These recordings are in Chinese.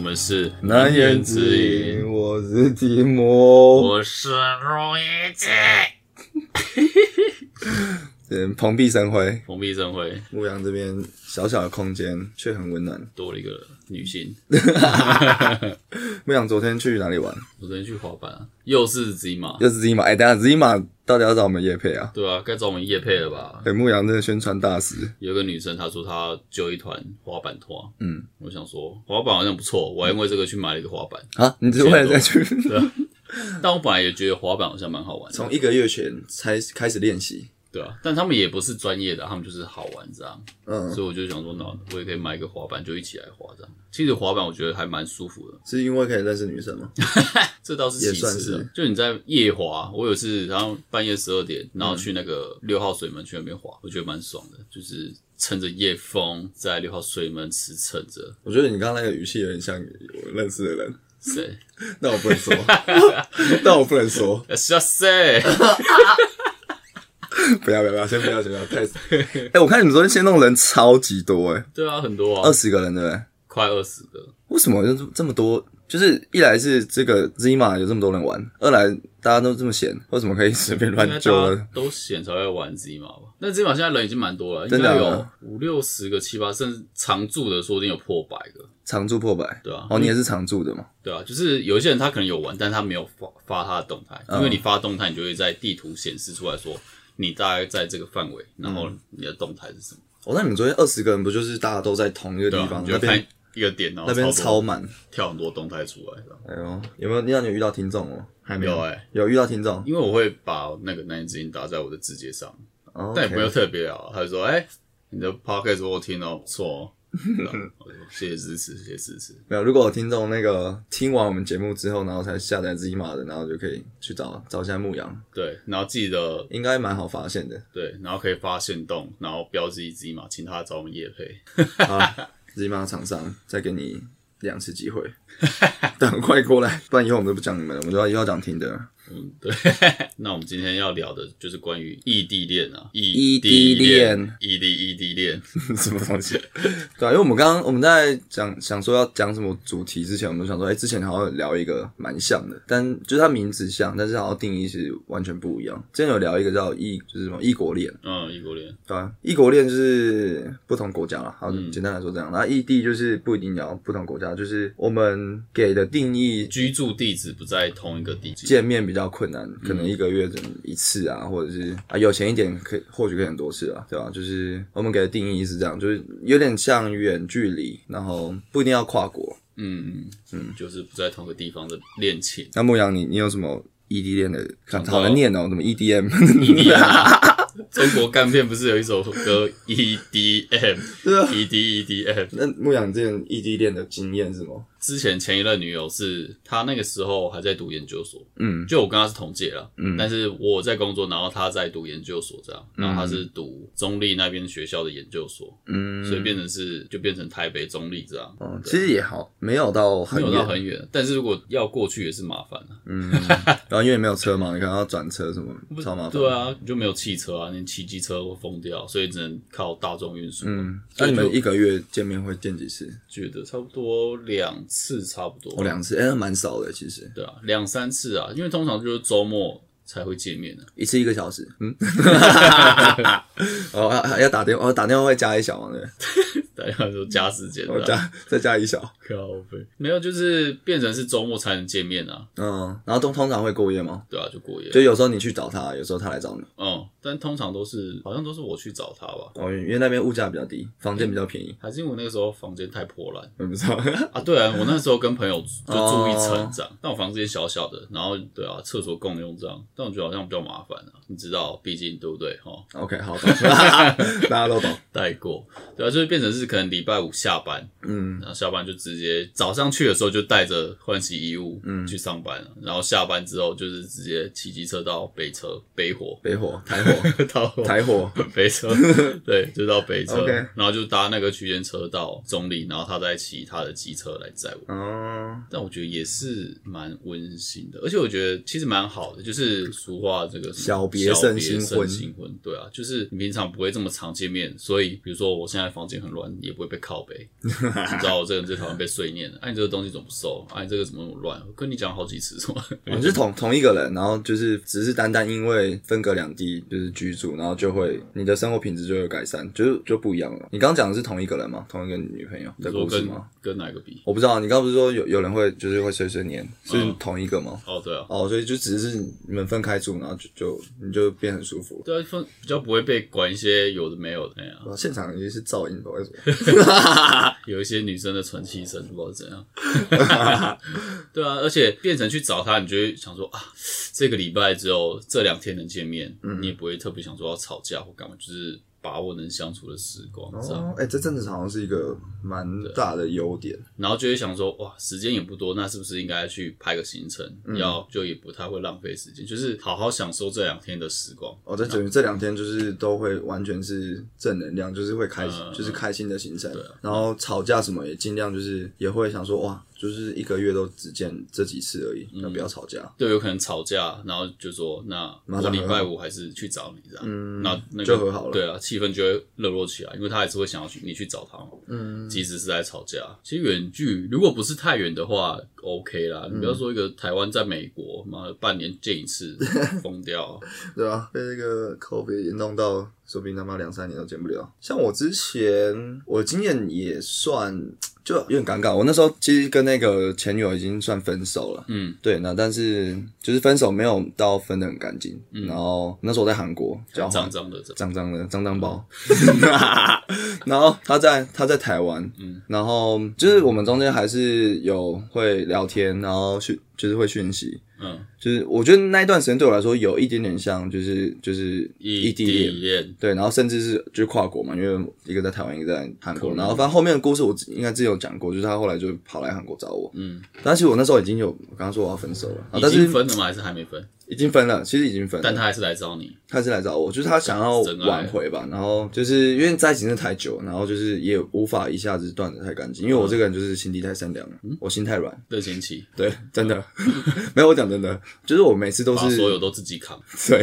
们是难言之隐，我是提摩， 我是如意姐。 蓬荜生辉， 蓬荜生辉。 牧羊这边小小的空间却很温暖， 多了一个女性。 牧羊昨天去哪里玩？ 我昨天去滑板啊，又是 Zima， 又是 Zima。等一下 Zima 到底要找我们业配啊？ 对啊，该找我们业配了吧？ 牧羊真的宣传大使。 有个女生她说她揪一团滑板团，我想说滑板好像不错，我还因为这个去买了一个滑板啊。你只是为了再去？ 对啊。但我本来也觉得滑板好像蛮好玩的， 从1个月前才开始练习。 对啊，但他们也不是专业的，他们就是好玩这样。所以我就想说，那我也可以买一个滑板，就一起来滑这样。其实滑板我觉得还蛮舒服的， 是因为可以认识女生吗？ 这倒是其次的。就你在夜滑，我有次然后半夜12点，然后去那个6号水门去那边滑，我觉得蛮爽的，就是趁着夜风在6号水门驰骋着。 我觉得你刚刚那个语气有点像我认识的人。 谁？ 那我不能说，那我不能说。 是谁？ 不要，先不要，太我看你们昨天先弄人超级多对啊，很多啊 ，20个人对不对？ 快20个。 为什么有这么多？就是一来是这个 Zima 有这么多人玩，二来大家都这么闲，为什么可以随便乱揪呢？ 都闲才会玩 Zima 吧？那 Zima 现在人已经蛮多了， 真的应该有50-60个、7-8，甚至常驻的说不定有破100个。 常驻破100， 对啊。 你也是常驻的嘛？ 对啊，就是有一些人他可能有玩，但他没有发他的动态，因为你发动态，你就会在地图显示出来说你大概在这个范围，然后你的动态是什么。 那你们昨天20个人不就是大家都在同一个地方？ 就看一个点，然后那边超满， 跳很多动态出来。 哎呦，有没有？你有遇到听众哦？还没有。有遇到听众， 因为我会把那个难言之隐打在我的字节上，但也不用特别啊。他就说：“你的 podcast 我听哦，不错哦。”谢谢支持，谢谢支持。 没有，如果有听众那个听完我们节目之后，然后才下载 Zima 的，然后就可以去找一下牧羊。 对，然后记得应该蛮好发现的。 对，然后可以发限动，然后标记 Zima，请他找我们业配。 好 ，Zima 厂商再给你2次机会，赶快过来，不然以后我们都不讲你们了，我们就要讲听的。 对。那我们今天要聊的就是关于异地恋啊， 异地恋， 异地恋， 什么东西？对啊，因为我们在想说要讲什么主题之前，我们就想说，之前好像有聊一个蛮像的，但就是它名字像，但是好像定义是完全不一样。之前有聊一个叫就是什么异国恋， 异国恋， 对啊，异国恋就是不同国家啦，好，简单来说这样。然后异地就是不一定要不同国家，就是我们给的定义， 居住地址不在同一个地址， 见面比较困难，可能1个月只能1次啊，或者是有钱一点或许可以很多次啊，对吧？就是我们给的定义是这样，就是有点像远距离，然后不一定要跨国， 就是不在同个地方的恋情。 那牧羊你有什么异地恋的？好难念哦，什么 EDM？ 中国干片不是有一首歌 EDM？ 对啊 ，EDM。 那牧羊这种异地恋的经验是什么？ 之前前一任女友是她那个时候还在读研究所，就我跟她是同届啦，但是我在工作，然后她在读研究所这样，然后她是读中立那边学校的研究所，所以变成台北中立这样， 其实也好，没有到很远，但是如果要过去也是麻烦啊， 然后因为没有车嘛，你可能要转车什么，超麻烦。 对啊，你就没有汽车啊，你骑机车会疯掉，所以只能靠大众运输。 那你们1个月见面会见几次？ 觉得差不多2次差不多。 2次，那蛮少的其实。 对啊，2-3次啊，因为通常就是周末才会见面的 ，1次1个小时。要打电话，打电话会加1小嘛？对。 打电话说加时间， 再加1小。 靠北，没有，就是变成是周末才能见面啊。 然后通常会过夜吗？ 对啊，就过夜。 就有时候你去找他，有时候他来找你。 但通常好像都是我去找他吧。 因为那边物价比较低，房间比较便宜。 还是因为那个时候房间太破烂？ 我不知道啊。对啊，我那时候跟朋友就住一层这样，但我房间小小的，然后对啊，厕所共用这样，但我觉得好像比较麻烦啊。你知道，毕竟对不对 ？OK， 好懂，大家都懂。 带过，对啊，就是变成是可能礼拜5下班，然后下班就直接早上去的时候就带着换洗衣物去上班了，然后下班之后就是直接骑机车到北火， 台台火北车，对，就到北车 OK 然后就搭那个区间车到中立，然后他再骑他的机车来载我。但我觉得也是蛮温馨的，而且我觉得其实蛮好的，就是俗话这个小别胜新婚， 对啊，就是你平常不会这么常见面，所以比如说我现在房间很乱，也不会被靠北，你知道我这个人最讨厌被碎念了，你这个东西怎么不收？你这个怎么那么乱？我跟你讲好几次什么？ 你是同一个人，然后就是只是单单因为分隔两地就是居住，然后就会你的生活品质就会有改善，就不一样了。你刚刚讲的是同一个人吗？同一个女朋友的故事吗？ 跟哪个比？ 我不知道，你刚刚不是说有人会就是会碎碎念，是同一个吗？ 对啊。 所以就只是你们分开住，然后你就变很舒服。 对啊，比较不会被管一些有的没有的那样。 现场有一些噪音，不知道为什么。 有一些女生的喘气声，不知道怎样。对啊，而且变成去找他，你就会想说这个礼拜只有这2天能见面，你也不会特别想说要吵架或干嘛，就是把握能相处的时光。 这真的好像是一个蛮大的优点。 然后就会想说，哇，时间也不多，那是不是应该去排个行程？就也不太会浪费时间，就是好好享受这2天的时光。 在等于这2天就是都会完全是正能量，就是会开心，就是开心的行程。然后吵架什么也尽量就是也会想说，哇，就是1个月都只见这几次而已，那不要吵架。 对，有可能吵架，然后就说那我礼拜5还是去找你这样，那个就和好了。 对啊，气氛就会热络起来，因为他还是会想要你去找他嘛。即使是在吵架，其实远距如果不是太远的话 ，OK 啦。你不要说一个台湾在美国，妈的半年见一次，疯掉。 对啊，被这个 COVID 严重到，说不定他妈2-3年都见不了。像我之前，我经验也算。就有点尴尬，我那时候其实跟那个前女友已经算分手了，对，那但是就是分手没有到分得很干净，然后那时候我在韩国， 脏脏包，然后他在台湾，然后就是我们中间还是有会聊天，然后就是会讯息。就是我觉得那一段时间对我来说有一点点像就是异地恋，对，然后甚至是就是跨国嘛，因为一个在台湾，一个在韩国，然后反正后面的故事我应该之前有讲过，就是他后来就跑来韩国找我，但其实我那时候已经有我刚刚说我要分手了， 已经分了吗？还是还没分？ 已经分了，其实已经分了， 但他还是来找你， 他是来找我，就是他想要挽回吧，然后就是因为在一起真的太久，然后就是也无法一下子断得太干净，因为我这个人就是心地太善良了，我心太软， 热情期， 对，真的没有，我讲真的，就是我每次都是把所有都自己扛， 对，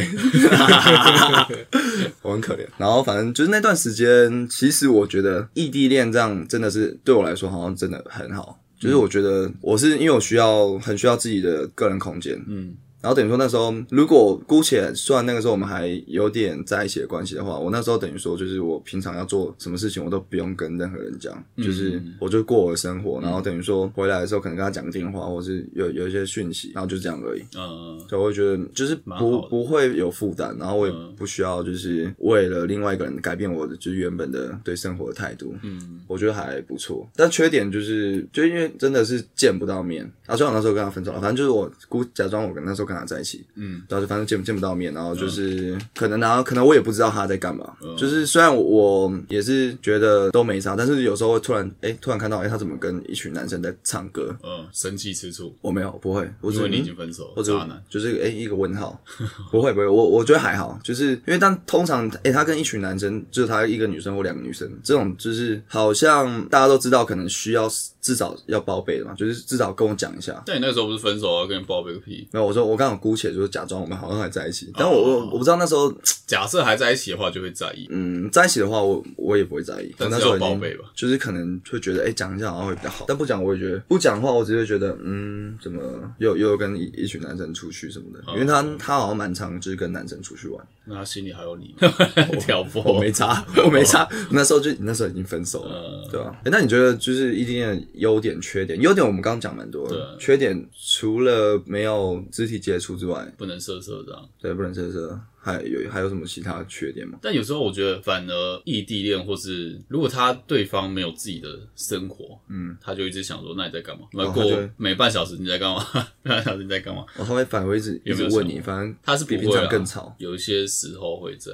我很可怜。然后反正就是那段时间，其实我觉得异地恋这样真的是对我来说好像真的很好。就是我觉得我是因为我很需要自己的个人空间，然后等于说那时候，如果姑且算那个时候我们还有点在一起的关系的话，我那时候等于说就是我平常要做什么事情我都不用跟任何人讲，就是我就过我的生活，然后等于说回来的时候可能跟他讲个电话，或是有一些讯息，然后就这样而已。所以我会觉得就是不会有负担，然后我也不需要就是为了另外一个人改变我的就是原本的对生活的态度。我觉得还不错，但缺点就是因为真的是见不到面，虽然我那时候跟他分手了，反正就是我假装我跟那时候跟他在一起，然后就反正见不到面，然后就是可能我也不知道他在干嘛，就是虽然我也是觉得都没啥，但是有时候会突然看到他怎么跟一群男生在唱歌， 生气吃醋， 我没有，不会， 因为你已经分手， 或者渣男，就是一个问号，不会，我觉得还好，就是因为通常他跟一群男生，就是他一个女生或2个女生，这种就是好像大家都知道，可能需要至少要报备的嘛，就是至少跟我讲一下。 但你那时候不是分手要跟你报备个屁？ 没有，我说我刚好姑且就是假装我们好像还在一起，但我不知道那时候假设还在一起的话就会在意， 在一起的话我也不会在意， 但是要报备吧， 就是可能会觉得讲一下好像会比较好，但不讲我也觉得不讲的话，我只会觉得怎么又跟一群男生出去什么的，因为他好像蛮常就是跟男生出去玩， 那他心里还有你挑拨， 我没差，那时候已经分手了，对吧？那你觉得就是异地恋的优点缺点？优点我们刚刚讲蛮多的，缺点除了没有肢体接触之外， 不能色这样， 对，不能色，还有什么其他缺点吗？ 但有时候我觉得反而异地恋，或是如果对方没有自己的生活，他就一直想说那你在干嘛？过每半小时你在干嘛？半小时你在干嘛？ 他会反而会一直问你，反正他是不会比平常更吵， 有一些时候会这样。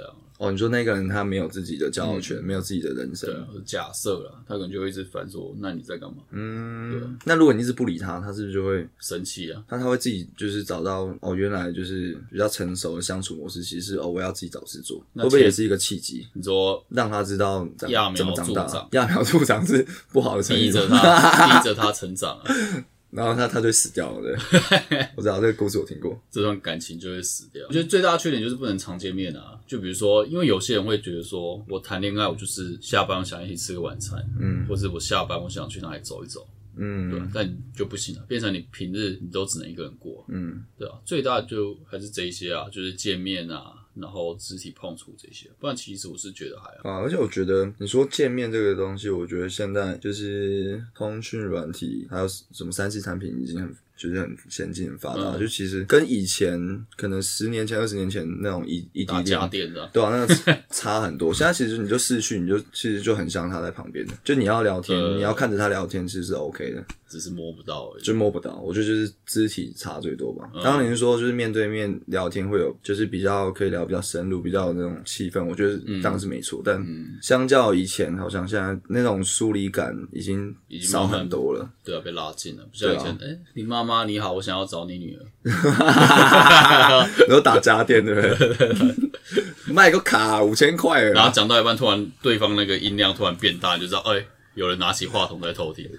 哦，你说那个人他没有自己的骄傲权，没有自己的人生。 对啊，假设啦，他可能就会一直烦说，那你在干嘛？对啊， 那如果你一直不理他，他是不是就会生气啊？ 他会自己就是找到原来就是比较成熟的相处模式，其实是我要自己找事做，会不会也是一个契机？ 你说让他知道揠苗怎么长大？ 助长， 揠苗助长是不好的成语， 逼着他成长啊。 然后他就死掉了，对，我知道这个故事我听过， 这段感情就会死掉。我觉得最大的缺点就是不能常见面啊，就比如说，因为有些人会觉得说，我谈恋爱我就是下班我想一起吃个晚餐，或者我下班我想去哪里走一走，对，但就不行了，变成你平日你都只能一个人过，对啊，最大的就还是这一些啊，就是见面啊。然后肢体碰触这些，不然其实我是觉得还好而且我觉得你说见面这个东西，我觉得现在就是通讯软体还有什么3C 产品已经很先进很发达，就其实跟以前可能10年前20年前那种异地打家电的， 对啊，那个差很多。现在其实你就视讯，其实就很像他在旁边的，就你要聊天，你要看着他聊天，其实是 OK 的， 只是摸不到而已， 就摸不到。我觉得就是肢体差最多吧。当然你是说就是面对面聊天会有，就是比较可以聊比较深入，比较有那种气氛，我觉得当然是没错。但相较以前，好像现在那种疏离感已经少很多了。 对啊，被拉近了，不像以前，你妈妈你好，我想要找你女儿， 然后打家电对不对？卖个卡5000块， 然后讲到一半，突然对方那个音量突然变大，你就知道，有人拿起话筒在偷听。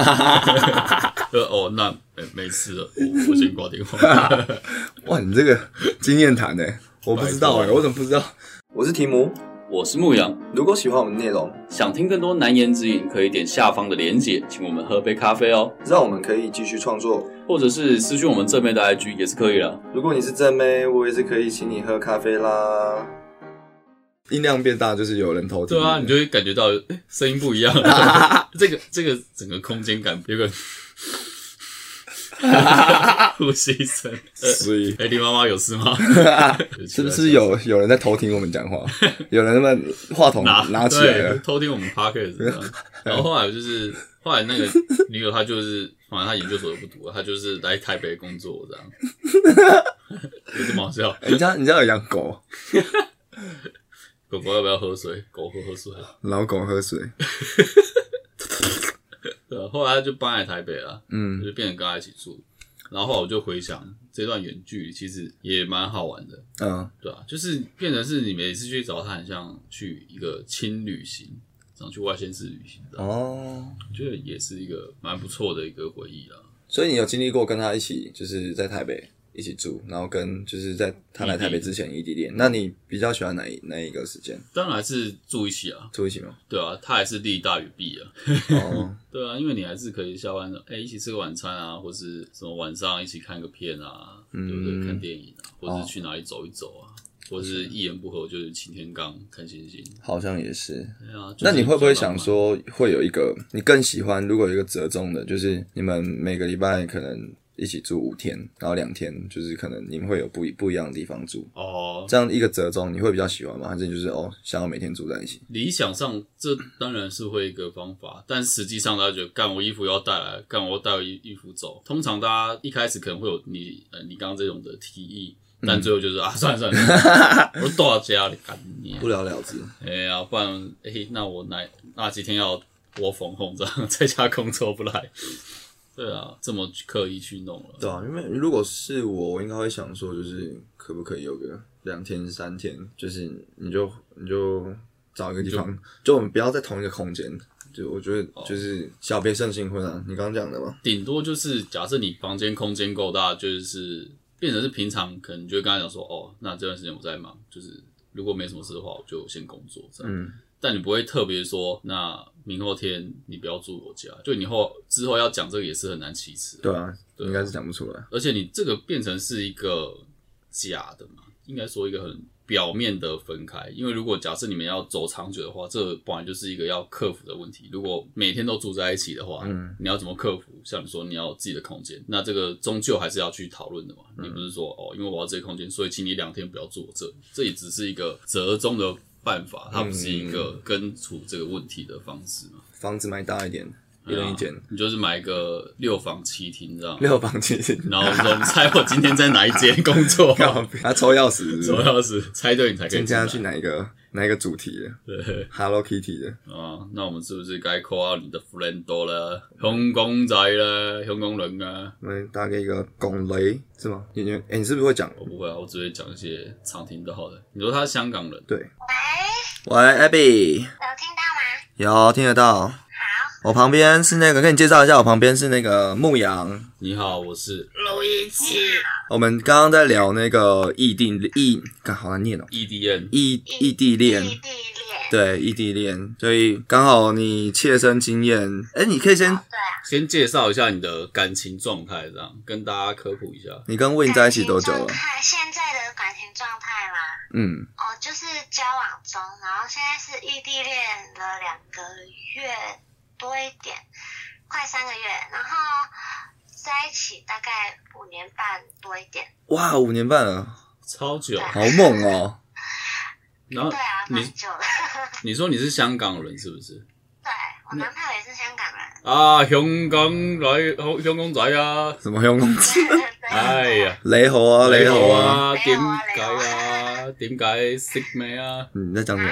那没事了，我先挂电话。 哇，你这个经验谈我不知道我怎么不知道？我是提姆， 我是牧羊。 如果喜欢我们的内容， 想听更多难言之隐，可以点下方的连结，请我们喝杯咖啡哦， 让我们可以继续创作， 或者是私讯我们正妹的 IG 也是可以啦。 如果你是正妹，我也是可以请你喝咖啡啦。音量变大就是有人偷听， 对啊，你就会感觉到声音不一样。这个整个空间感有个呼吸声。 所以你妈妈有事吗？ 是不是有人在偷听我们讲话？有人那么话筒拿起来了， 偷听我们 podcast。然后后来那个女友她就是反正她研究所都不读了，她就是来台北工作这样。有这么好笑？ 你家有养狗？ 狗狗要不要喝水？狗喝水。 老狗喝水。 对，后来他就搬来台北了，就变成跟他一起住。然后后来我就回想这段远距离，其实也蛮好玩的，对啊，就是变成是你每次去找他，很像去一个轻旅行，这样去外县市旅行的。我觉得也是一个蛮不错的一个回忆啦。 所以你有经历过跟他一起，就是在台北一起住，然后跟就是在他来台北之前异地恋，那你比较喜欢哪一个时间？ 当然还是住一起啊， 住一起吗？ 对啊，他还是利大于弊啊。对啊，因为你还是可以下班一起吃个晚餐啊，或是什么晚上一起看个片啊，对不对？看电影啊，或是去哪里走一走啊，或是一言不合就是擎天岗看星星。 好像也是。 对啊， 那你会不会想说，会有一个你更喜欢，如果有一个折中的，就是你们每个礼拜可能一起住5天，然后2天就是可能你们会有不一样的地方住这样一个折中你会比较喜欢吗？还是就是想要每天住在一起？ 理想上这当然是会一个方法，但实际上大家觉得干我衣服要带来，干我带我衣服走。通常大家一开始可能会有你刚刚这种的提议，但最后就是算了，我都到家里干你不了了之。 不然那我哪几天要我缝红这样在家工作不来。对啊，这么刻意去弄了。 对啊，因为如果是我应该会想说，就是可不可以有个2天3天，就是你就找一个地方，就我们不要在同一个空间。就我觉得就是小别胜新婚啊，你刚刚讲的嘛。 顶多就是假设你房间空间够大，就是变成是平常可能就会跟他讲说，那这段时间我在忙，就是如果没什么事的话，我就先工作这样。但你不会特别说，那明后天你不要住我家，就你之后要讲这个也是很难启齿。 对啊，应该是讲不出来。 而且你这个变成是一个假的嘛，应该说一个很表面的分开。因为如果假设你们要走长久的话，这本来就是一个要克服的问题。如果每天都住在一起的话，你要怎么克服？像你说你要有自己的空间，那这个终究还是要去讨论的嘛。你不是说因为我要这个空间，所以请你2天不要住我这里，这也只是一个折中的办法，它不是一个根除这个问题的方式嘛。 房子买大一点， 一人一间， 你就是买一个6房7厅这样 ，6房7厅， 然后说猜我今天在哪一间工作， 他抽钥匙， 抽钥匙，猜对你才可以。 今天要去哪一个主题的？ 对 ，Hello Kitty 的。 那我们是不是该 call out 你的 friend 了？香港仔啦，香港人啊。 我们打给一个龚雷是吗？你是不是会讲？ 我不会啊，我只会讲一些常听到的。你说他是香港人？ 对。 喂 ，Abby， 有听到吗？ 有听得到。 好， 我旁边是那个，跟你介绍一下，我旁边是那个牧羊。 你好，我是路易斯。 我们刚刚在聊那个好难念哦。 EDN 异地恋。对，异地恋，所以刚好你切身经验，你可以先介绍一下你的感情状态，这样跟大家科普一下。 你跟 Win 在一起多久了？ 现在的感情状态吗？就是交往中，然后现在是异地恋了2个月多一点，快3个月，然后在一起大概5年半多一点。 哇，5年半了， 超久， 好猛哦！ 然后对啊，蛮久了。 你说你是香港人是不是？ 对，我男朋友也是香港人。 香港仔啊！ 什么香港仔？ 哎呀， 雷猴啊， 點解識咩啊？ 你在講什麼？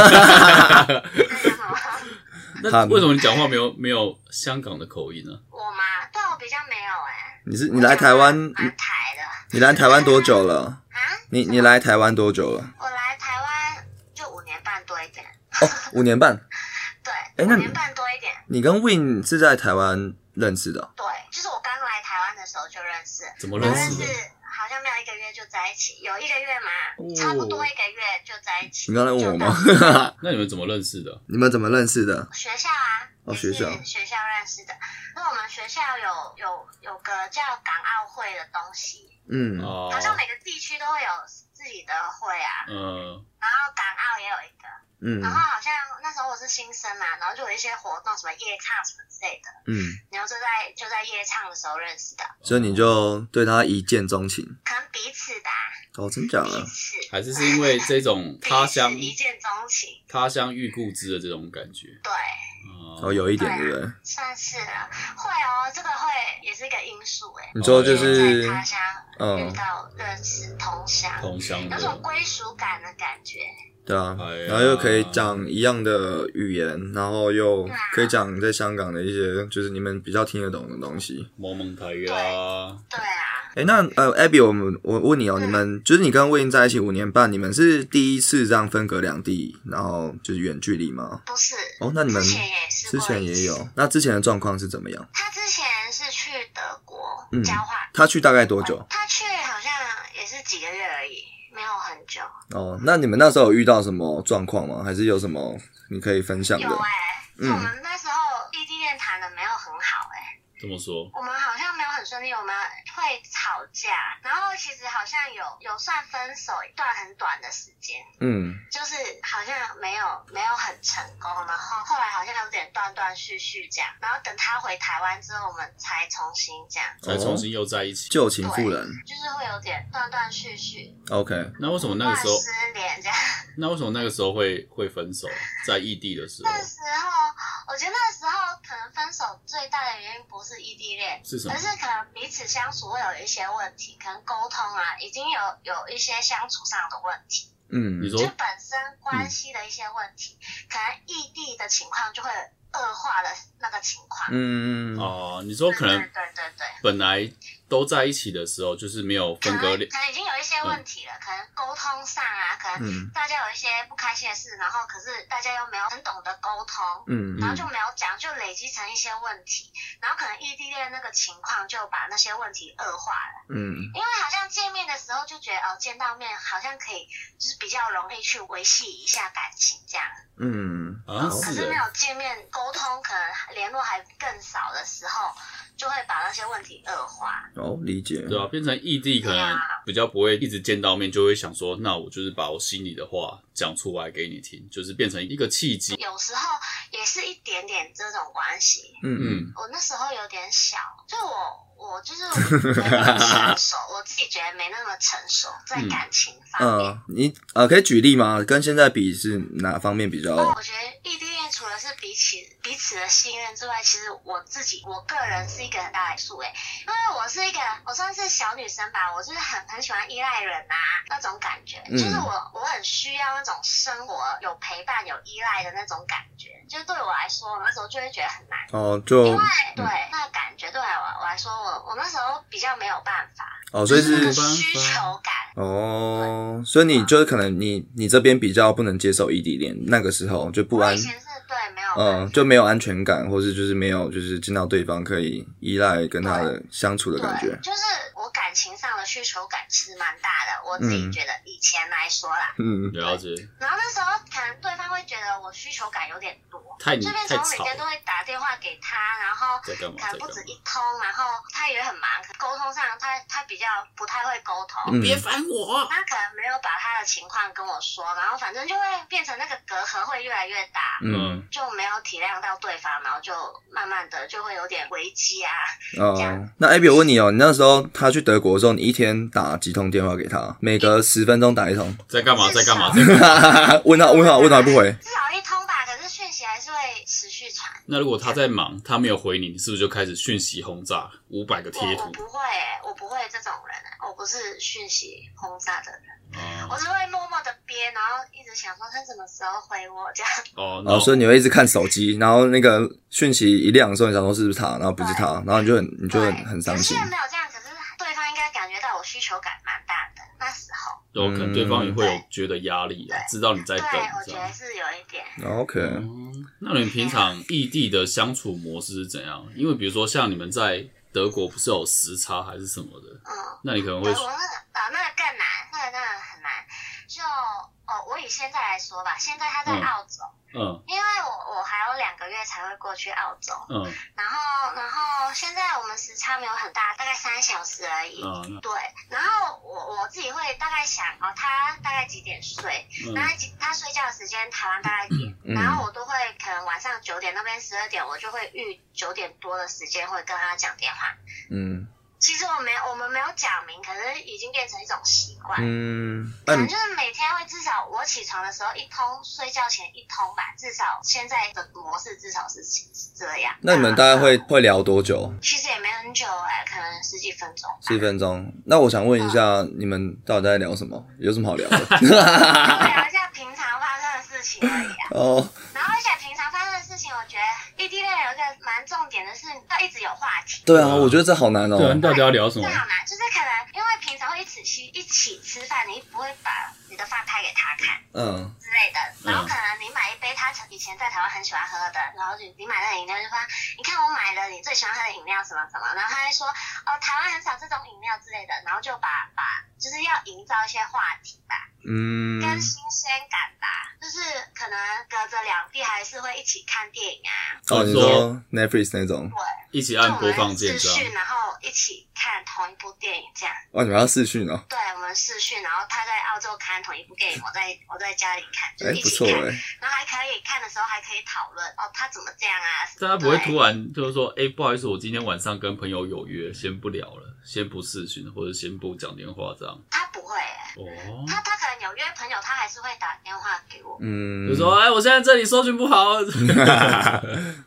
那為什麼你講話沒有香港的口音呢？ 我嘛，對我比較沒有你來台灣？ 蠻台的。 你來台灣多久了？ 啊？ 你來台灣多久了？ 我來台灣就5年半多一點。 哦，5年半。 對，5年半多一點。 你跟 Win 是在台灣認識的？ 對，就是我剛來台灣的時候就認識。 怎麼認識的？ 好像沒有1個月就在一起，有1個月嘛，差不多1個月就在一起。 你剛才問我嗎？ 那你們怎麼認識的？ 你們怎麼認識的？ 學校啊， 學校認識的。那我們學校有個叫港澳會的東西，好像每個地區都會有自己的會啊，然後港澳也有一個。然後好像那時候我是新生嘛，然後就有一些活動，什麼夜唱什麼之類的，然後就在夜唱的時候認識的， 所以你就對他一見鍾情， 可能彼此吧。 哦，真假的？ 還是因為這種他鄉一見鍾情、 他鄉遇故知的這種感覺？ 對， 有一點，對不對？ 算是啦，會哦，這個會也是一個因素誒。 你說就是在他鄉遇到認識同鄉，有種歸屬感的感覺。 對啊，然後又可以講一樣的語言，然後又可以講在香港的一些就是你們比較聽得懂的東西。 蒙蒙台啊。 對啊。 那Abby，我問你哦，你們就是你跟 Win 在一起5年半，你們是第一次這樣分隔兩地，然後就是遠距離嗎？ 不是。 哦，那你們之前也有。那之前的狀況是怎麼樣？ 他之前是去德國交換。 他去大概多久？ 他去好像也是幾個月而已。沒有很久哦，那你們那時候有遇到什麼狀況嗎？還是有什麼你可以分享的？ 有我們那時候異地戀談得沒有很好怎麼說？ 我們好像沒有很順利，我們會吵架，然後其實好像有算分手一段很短的時間，就是好像沒有很成功，然後後來好像有點斷斷續續這樣，然後等他回台灣之後，我們才重新這樣， 才重新又在一起， 舊情復燃， 就是會有點斷斷續續。 OK， 那為什麼那個時候失聯這樣？ 那為什麼那個時候會分手？在異地的時候？ 那時候我覺得那時候可能分手最大的原因不是異地戀， 是什麼？ 可是可能彼此相處會有一些問題，可能溝通啊，已經有一些相處上的問題。 你說就本身關係的一些問題，可能異地的情況就會惡化的那個情況。 你說可能對， 本來都在一起的時候，就是沒有分割， 可能已經有一些問題了，可能溝通上啊，可能大家有一些不開心的事，然後可是大家又沒有很懂得溝通，然後就沒有講，就累積成一些問題，然後可能異地戀那個情況就把那些問題惡化了。因為好像見面的時候就覺得見到面好像可以，就是比較容易去維繫一下感情這樣。可是沒有見面溝通，可能聯絡還更少的時候，就會把那些問題惡化。 理解。 對啊，變成異地可能比較不會一直見到面，就會想說，那我就是把我心裡的話講出來給你聽，就是變成一個契機。 有時候也是一點點這種關係。我那時候有點小，就我就是沒那麼成熟，我自己覺得沒那麼成熟，在感情方面。 你可以舉例嗎？跟現在比是哪方面比較？ 我覺得異地戀除除了是彼此的信任之外，其实我个人是一个很大的因素因为我算是小女生吧，我就是很喜欢依赖人啊那种感觉，就是我很需要那种生活有陪伴有依赖的那种感觉，就是对我来说，我那时候就会觉得很难因为对那个感觉对我来说，我那时候比较没有办法所以是需求感所以你就是可能你这边比较不能接受异地恋，那个时候就不安， 我以前是对没有就没有安全感，或是就是没有就是见到对方可以依赖跟他的相处的感觉， 就是我感情上的需求感其实蛮大的，我自己觉得以前来说啦， 了解。 然后那时候可能对方会觉得我需求感有点多，就变成我每天都会打电话给他，然后可能不止一通，然后他也很忙，沟通上他比较不太会沟通， 别烦我， 他可能没有把他的情况跟我说，然后反正就会变成那个隔阂会越来越大，就没有体谅到对方，然后就慢慢的就会有点危机啊这样。 那 Abby 我问你你那时候他去德国的时候，你一天打几通电话给他？每隔10分钟打一通？ 在干嘛？ 问他不回？ 至少一通吧，可是讯息还是会持续传。 那如果他在忙，他没有回你是不是就开始讯息轰炸500个贴图？ 我不会这种人我不是讯息轰炸的人。我是会默默的憋，然后一直想说他什么时候回我这样。 所以你会一直看手机，然后那个讯息一亮的时候，你想说是不是他，然后不是他，然后你就很伤心。 有些人没有这样，可是对方应该感觉到我需求感蛮大的那时候。 可能对方也会有觉得压力知道你在等。 对，我觉得是有一点。 OK。 那你们平常异地的相处模式是怎样？因为比如说像你们在德国不是有时差还是什么的？那你可能会。 德国那个更难，那个很难。就我以现在来说吧，现在他在澳洲，因为我还有2个月才会过去澳洲，然后现在我们时差没有很大，大概3小时而已，对，然后我自己会大概想他大概几点睡，然后他睡觉的时间台湾大概几点，然后我都会可能晚上9点那边12点，我就会预9点多的时间会跟他讲电话，其实我们没有讲明，可是已经变成一种习惯。可能就是每天会至少我起床的时候1通，睡觉前1通吧，至少现在的模式至少是这样。 那你们大概会聊多久？ 其实也没很久可能10几分钟。 10分钟。那我想问一下，你们到底在聊什么？有什么好聊的？ 就聊一下平常发生的事情而已然后而且平常发生的事情，我觉得异地恋有一个蛮重点的是要一直有话题。 对啊，我觉得这好难对，到底要聊什么？ 这好难，就是可能因为平常会一起吃饭，你不会把你的饭拍给他看，之类的。然后可能你买一杯他以前在台湾很喜欢喝的，然后你买那个饮料就说，你看我买了你最喜欢喝的饮料什么什么，然后他会说台湾很少这种饮料之类的，然后就把就是要营造一些话题吧，跟新鲜感吧，就是可能隔着两地还是会一起看电影啊。 你说 Netflix 那种？ 对， 一起按播放键这样。 视讯，然后一起看同一部电影这样。 你们要视讯哦？ 对，我们视讯，然后他在澳洲看同一部电影，我在家里看，就是一起看。然后还可以看的时候还可以讨论他怎么这样啊？ 但他不会突然就是说，不好意思，我今天晚上跟朋友有约，先不聊了，先不视讯，或者先不讲电话这样。 他不会他可能有约朋友，他还是会打电话给我。 就说我现在这里搜寻不好。 没有啦，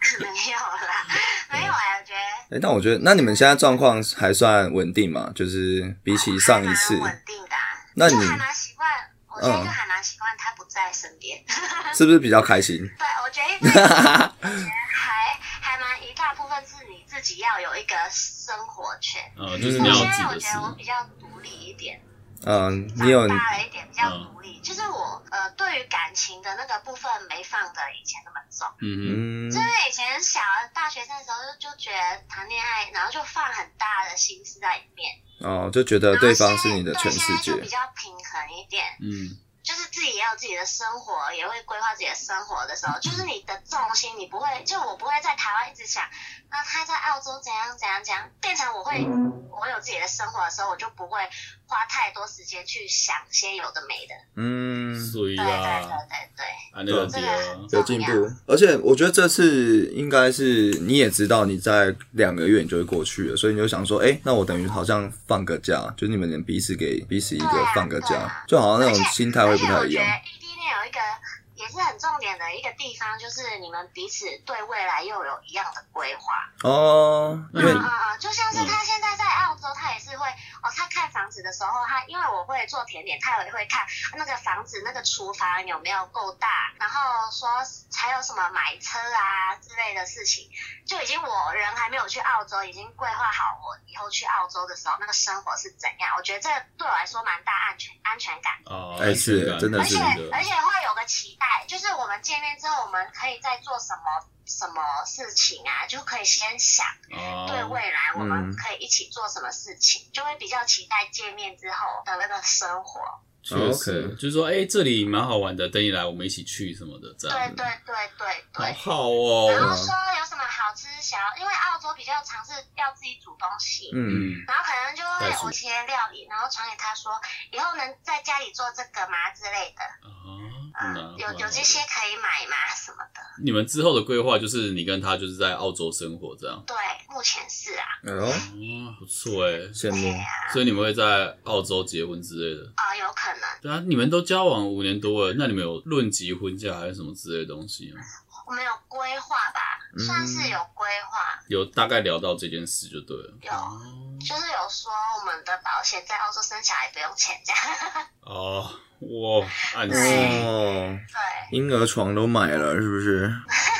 没有我觉得。 但我觉得，那你们现在状况还算稳定嘛？就是比起上一次， 稳定的。 那你就还蛮习惯，我现在就还蛮习惯他不在身边。 是不是比较开心？ 对，我觉得还蛮一大部分是你自己要有一个生活圈。 就是你要有自己的事。 现在我觉得我比较独立一点。 你有长大了一点，比较独立。就是我对于感情的那个部分没放的以前那么重。就是以前小大学生的时候就觉得谈恋爱，然后就放很大的心思在里面。 就觉得对方是你的全世界。 就比较平衡一点。就是自己也有自己的生活，也会规划自己的生活的时候，就是你的重心，我不会在台湾一直想，那他在澳洲怎样怎样怎样，变成我有自己的生活的时候，我就不会花太多时间去想些有的没的。 所以啊， 对，这个有进步。而且我觉得这次应该是你也知道，你在2个月你就会过去了，所以你就想说，那我等于好像放个假，就是你们连彼此给彼此一个放个假，就好像那种心态会不太一样。 而且我觉得异地恋有一个也是很重点的的一个地方，就是你们彼此对未来又有一样的规划。就像是他现在在澳洲，他也是会他看房子的时候，因为我会做甜点，他也会看那个房子那个厨房有没有够大，然后说还有什么买车啊之类的事情，就已经我人还没有去澳洲，已经规划好我以后去澳洲的时候那个生活是怎样。我觉得这对我来说蛮大安全感。 是真的是， 而且会有个期待，就是我们见面之后，我们可以再做什么事情啊，就可以先想对未来我们可以一起做什么事情，就会比较期待见面之后的那个生活。 确实，就是说，这里蛮好玩的，等你来，我们一起去什么的，这样。 对， 好好哦。 然后说有什么好吃因为澳洲比较常是要自己煮东西，然后可能就会有些料理，然后传给他说，以后能在家里做这个吗之类的。有这些可以买吗什么的。 你们之后的规划就是你跟他就是在澳洲生活这样？ 对，目前是啊。 不错羡慕。 所以你们会在澳洲结婚之类的？ 有可能。 对啊，你们都交往5年多了，那你们有论及婚嫁还是什么之类的东西吗？ 我们有规划吧，算是有规划。 有大概聊到这件事就对了。 有，就是有说我们的保险在澳洲生小孩不用钱这样。 哇，暗示。 对， 婴儿床都买了是不是？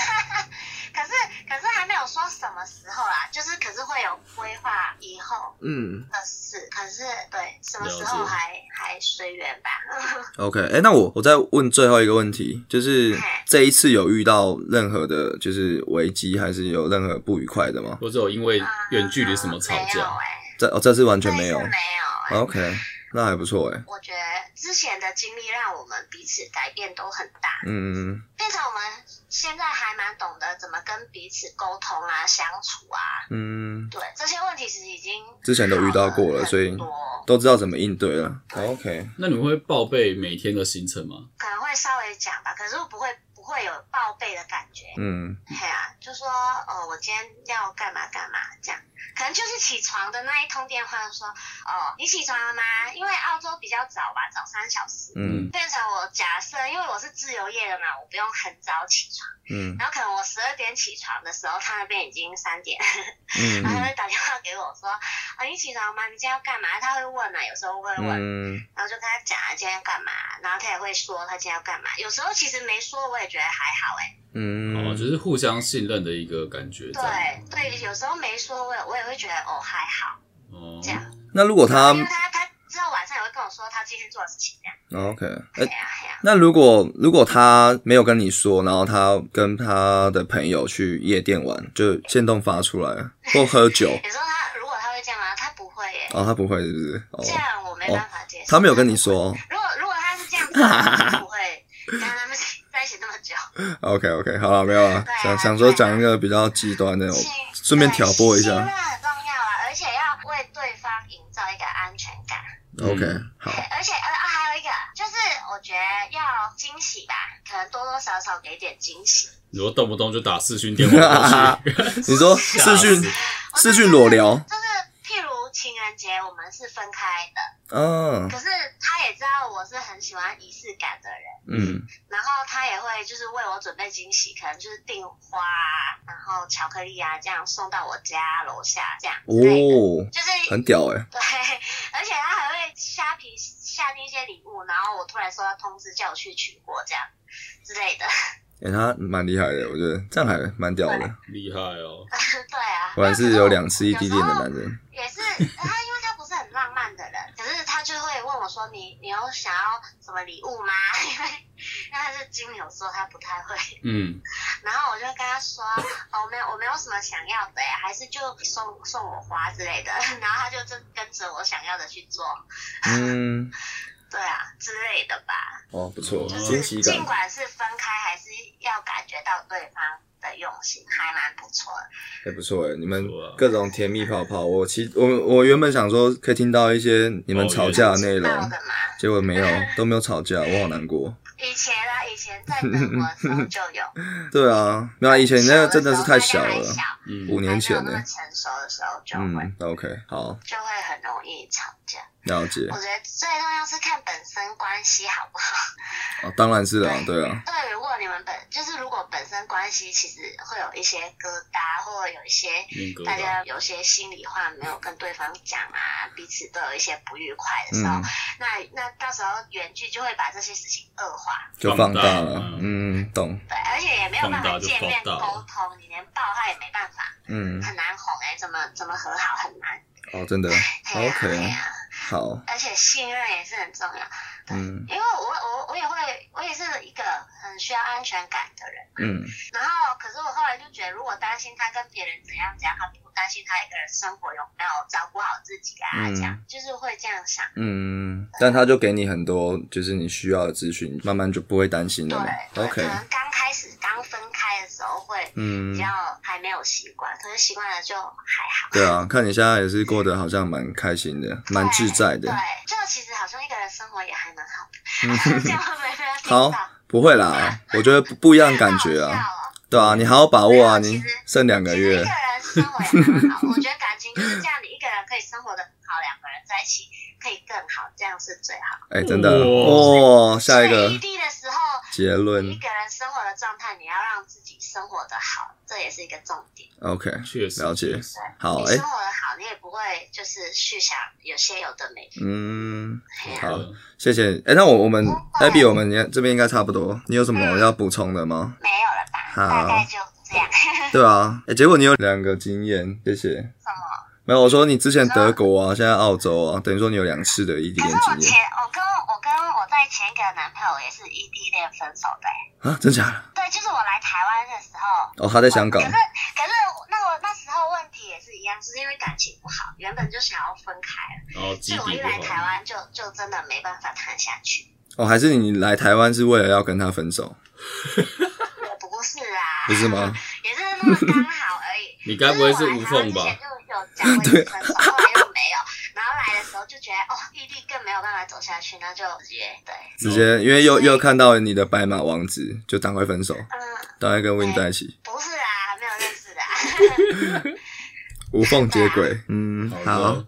可是还没有说什么时候啦，可是会有规划以后的事，可是对什么时候还随缘吧。 OK， 那我再问最后一个问题，就是这一次有遇到任何的就是危机，还是有任何不愉快的吗？ 或者有因为远距离什么吵架？ 这次完全没有。 没有。 OK， 那还不错我觉得之前的经历让我们彼此改变都很大，变成我们现在还蛮懂得怎么跟彼此沟通啊、相处啊，对，这些问题其实已经之前都遇到过了，所以都知道怎么应对了。OK， 那你们会报备每天的行程吗？ 可能会稍微讲吧，可是不会有报备的感觉。就说我今天要干嘛干嘛这样。可能就是起床的那一通电话说，你起床了吗？因为澳洲比较早吧，早3小时。变成我假设，因为我是自由业的嘛，我不用很早起床。然后可能我12点起床的时候，他那边已经3点。然后他会打电话给我说，你起床吗？你今天要干嘛？他会问啊，有时候会问。然后就跟他讲今天要干嘛，然后他也会说他今天要干嘛。有时候其实没说，我也觉得还好就是互相信任的一个感觉。 对，有时候没说，我也会觉得还好。这样。 那如果他之后晚上也会跟我说他今天做的事情这样。 OK， 那如果他没有跟你说，然后他跟他的朋友去夜店玩，就限动发出来或喝酒。 你说如果他会这样吗？他不会耶。 他不会是不是？ 这样我没办法接受。 他没有跟你说。 如果他是这样子，我不会跟他们在一起那么久。 OK， 好了，没有了。想说讲一个比较极端的，顺便挑拨一下。 信任很重要啊，而且要为对方营造一个安全感。 OK， 好。 而且还有一个就是，我觉得要惊喜吧，可能多多少少给点惊喜。 如果动不动就打视讯电话过去， 你说视讯裸聊， 就是譬如情人节我们是分开的，可是他也知道我是很喜欢仪式感的人，然后他也会就是为我准备惊喜，可能就是订花啊，然后巧克力啊，这样送到我家楼下这样，就是很屌对，而且他还会虾皮下订一些礼物，然后我突然收到通知叫我去取货这样之类的。 他蛮厉害的，我觉得这样还蛮屌的。 厉害哦。 对啊。 果然是有2次异地恋的男人。 也是他，因为他不是很浪漫的人，可是他就会问我说：“你有想要什么礼物吗？”因为他是金牛座，他不太会。然后我就跟他说：“我没有什么想要的呀，还是就送我花之类的。”然后他就跟着我想要的去做。对啊，之类的吧。 不错， 惊喜感。尽管是分开，还是要感觉到对方的用心，还蛮不错的。 不错你们各种甜蜜泡泡。我原本想说可以听到一些你们吵架的内容，结果没有，都没有吵架，我好难过。 以前在德国的时候就有。 对啊，没有以前那个真的是太小了，5年前呢。 成熟的时候就会。 OK， 好。 就会很容易吵架。 了解。 我觉得最重要是看本身关系好不好。 当然是啦，对啊。 对，如果你们就是如果本身关系其实会有一些疙瘩，或者有一些大家有些心里话没有跟对方讲啊，彼此都有一些不愉快的时候，那到时候远距就会把这些事情恶化， 就放大了。懂。 对，而且也没有办法见面沟通，你连抱他也没办法，很难哄怎么和好很难。 哦，真的 ，OK， 好。 而且信任也是很重要。因为我也是一个很需要安全感的人。然后可是我后来就觉得，如果担心他跟别人怎样，他不担心他一个人生活有没有照顾好自己啊，这样就是会这样想。 但他就给你很多就是你需要的资讯，慢慢就不会担心了嘛。 对 ，OK。 可能刚分开的时候会比较还没有习惯，可是习惯了就还好。 对啊，看你现在也是过得好像蛮开心的，蛮自在的。 对，就其实好像一个人生活也还蛮好的。这样会不会被他听到？ 好，不会啦，我觉得不一样的感觉啊。对啊，你好好把握啊，你剩2个月。 一个人生活也蛮好，我觉得感情就是这样，你一个人可以生活的很好，2个人在一起可以更好，这样是最好。 真的下一个异地的时候结论， 一个人生活的状态，你要让自己生活的好，这也是一个重点。 OK， 确实了解。好， 你生活的好，你也不会就是去想有些有的没的。 好，谢谢。那我们 Abby， 我们这边应该差不多，你有什么要补充的吗？ 没有了吧，大概就这样。 对啊，结果你有2个经验，谢谢。 什么？ 没有，我说你之前德国啊，现在澳洲啊，等于说你有2次的异地恋经验。 我跟我在前一个男朋友也是异地恋分手的。 啊，真假的？ 对，就是我来台湾的时候。 哦，他在香港。 可是那时候问题也是一样，就是因为感情不好，原本就想要分开了。所以我一来台湾就真的没办法谈下去。 哦，还是你来台湾是为了要跟他分手？ 不是啊。 不是吗？ 也是那么刚好而已。 你该不会是无缝吧？ 之前就有讲过一次分手，后来又没有。然后来的时候就觉得异地更没有办法走下去，那就直接因为又看到你的白马王子，就赶快分手。赶快跟 Win 在一起。 不是啊，没有认识的。 无缝接轨。好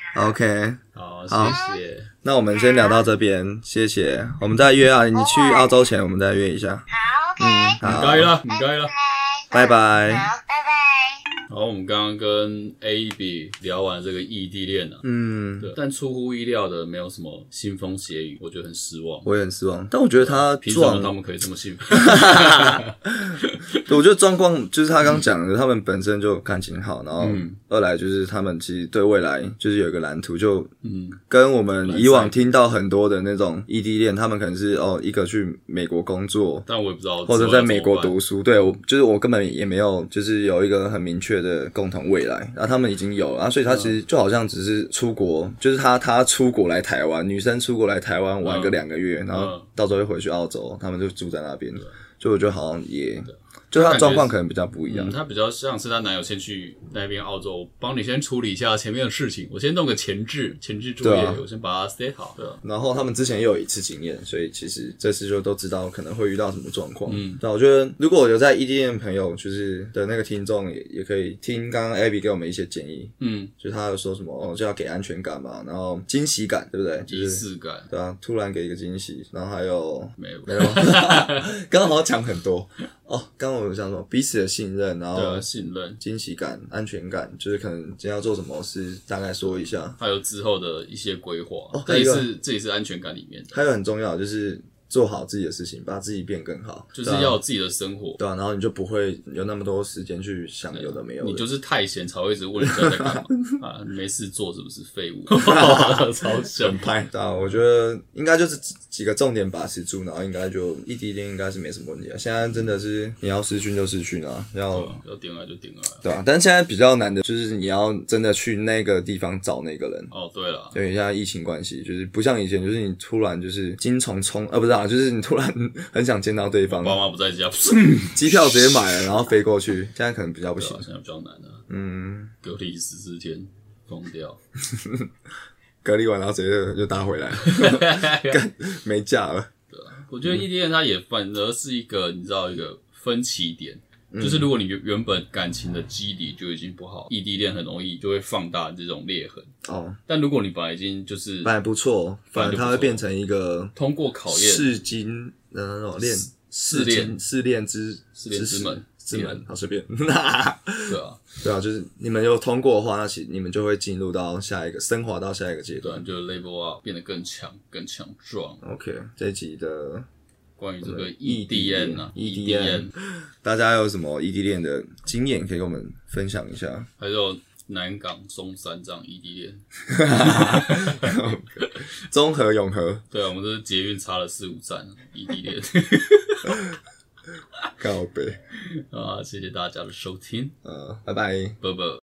，OK， 好，谢谢。 那我们先聊到这边，谢谢。我们再约啊，你去澳洲前我们再约一下。 好 ，OK。 该了， 拜拜。 好，拜拜。 好，我们刚刚跟 Abby 聊完这个异地恋啊，对，但出乎意料的没有什么腥风血雨，我觉得很失望。 我也很失望，但我觉得他凭什么他们可以这么幸福？ 我觉得状况就是他刚讲的，他们本身就感情好，然后二来就是他们其实对未来就是有一个蓝图，就跟我们以往听到很多的那种异地恋，他们可能是一个去美国工作， 但我也不知道， 或者在美国读书，对，就是我根本也没有就是有一个很明确的共同未来，然后他们已经有了，所以他其实就好像只是出国，就是他出国来台湾，女生出国来台湾玩个2个月，然后到时候又回去澳洲，他们就住在那边，所以我觉得好像也。就他状况可能比较不一样， 他比较像是他男友先去那边澳洲，帮你先处理一下前面的事情，我先弄个前置作业，我先把它 set 好。对啊。 然后他们之前也有一次经验，所以其实这次就都知道可能会遇到什么状况。对，我觉得如果有在异地恋的朋友，就是的那个听众也可以听刚刚 Abby 给我们一些建议。就是他有说什么就要给安全感嘛，然后惊喜感，对不对？ 仪式感。 对啊，突然给一个惊喜，然后还有没有？ 刚刚好像讲很多。刚刚我有讲说彼此的信任，然后信任、 惊喜感、安全感，就是可能今天要做什么事，大概说一下， 还有之后的一些规划，这也是安全感里面的。 还有很重要就是做好自己的事情，把自己变更好， 就是要有自己的生活， 对啊，然后你就不会有那么多时间去想有的没有的。 你就是太闲才会一直问人家在干嘛啊？没事做是不是废物？超想拍。对啊，我觉得应该就是几个重点把持住，然后应该就异地恋应该是没什么问题啊。现在真的是你要视讯就视讯啊，要点爱就点爱， 对啊。但是现在比较难的就是你要真的去那个地方找那个人。 对了， 对，现在疫情关系，就是不像以前，就是你突然就是精虫冲，不是啊，就是你突然很想见到对方， 爸妈不在家， 机票直接买了，然后飞过去。现在可能比较不行， 现在比较难啊。隔离14天，疯掉。 隔离完然后直接就搭回来了，没假了。 对啊，我觉得异地恋它也反而是一个你知道一个分歧点，就是如果你原本感情的基底就已经不好，异地恋很容易就会放大这种裂痕。但如果你本来已经就是本来不错，反而它会变成一个通过考验试金的那种试炼之门，好随便。对啊， 对啊，就是你们有通过的话，那其实你们就会进入到升华到下一个阶段， 就 level up 变得更强壮。 OK， 这一集的关于这个异地恋啊，EDM， 大家有什么异地恋的经验可以跟我们分享一下？ 还有南港、松山这样异地恋， 中和、永和， 对啊，我们这是捷运差了4-5站异地恋。 靠北啊！谢谢大家的收听， 拜拜， 啵啵。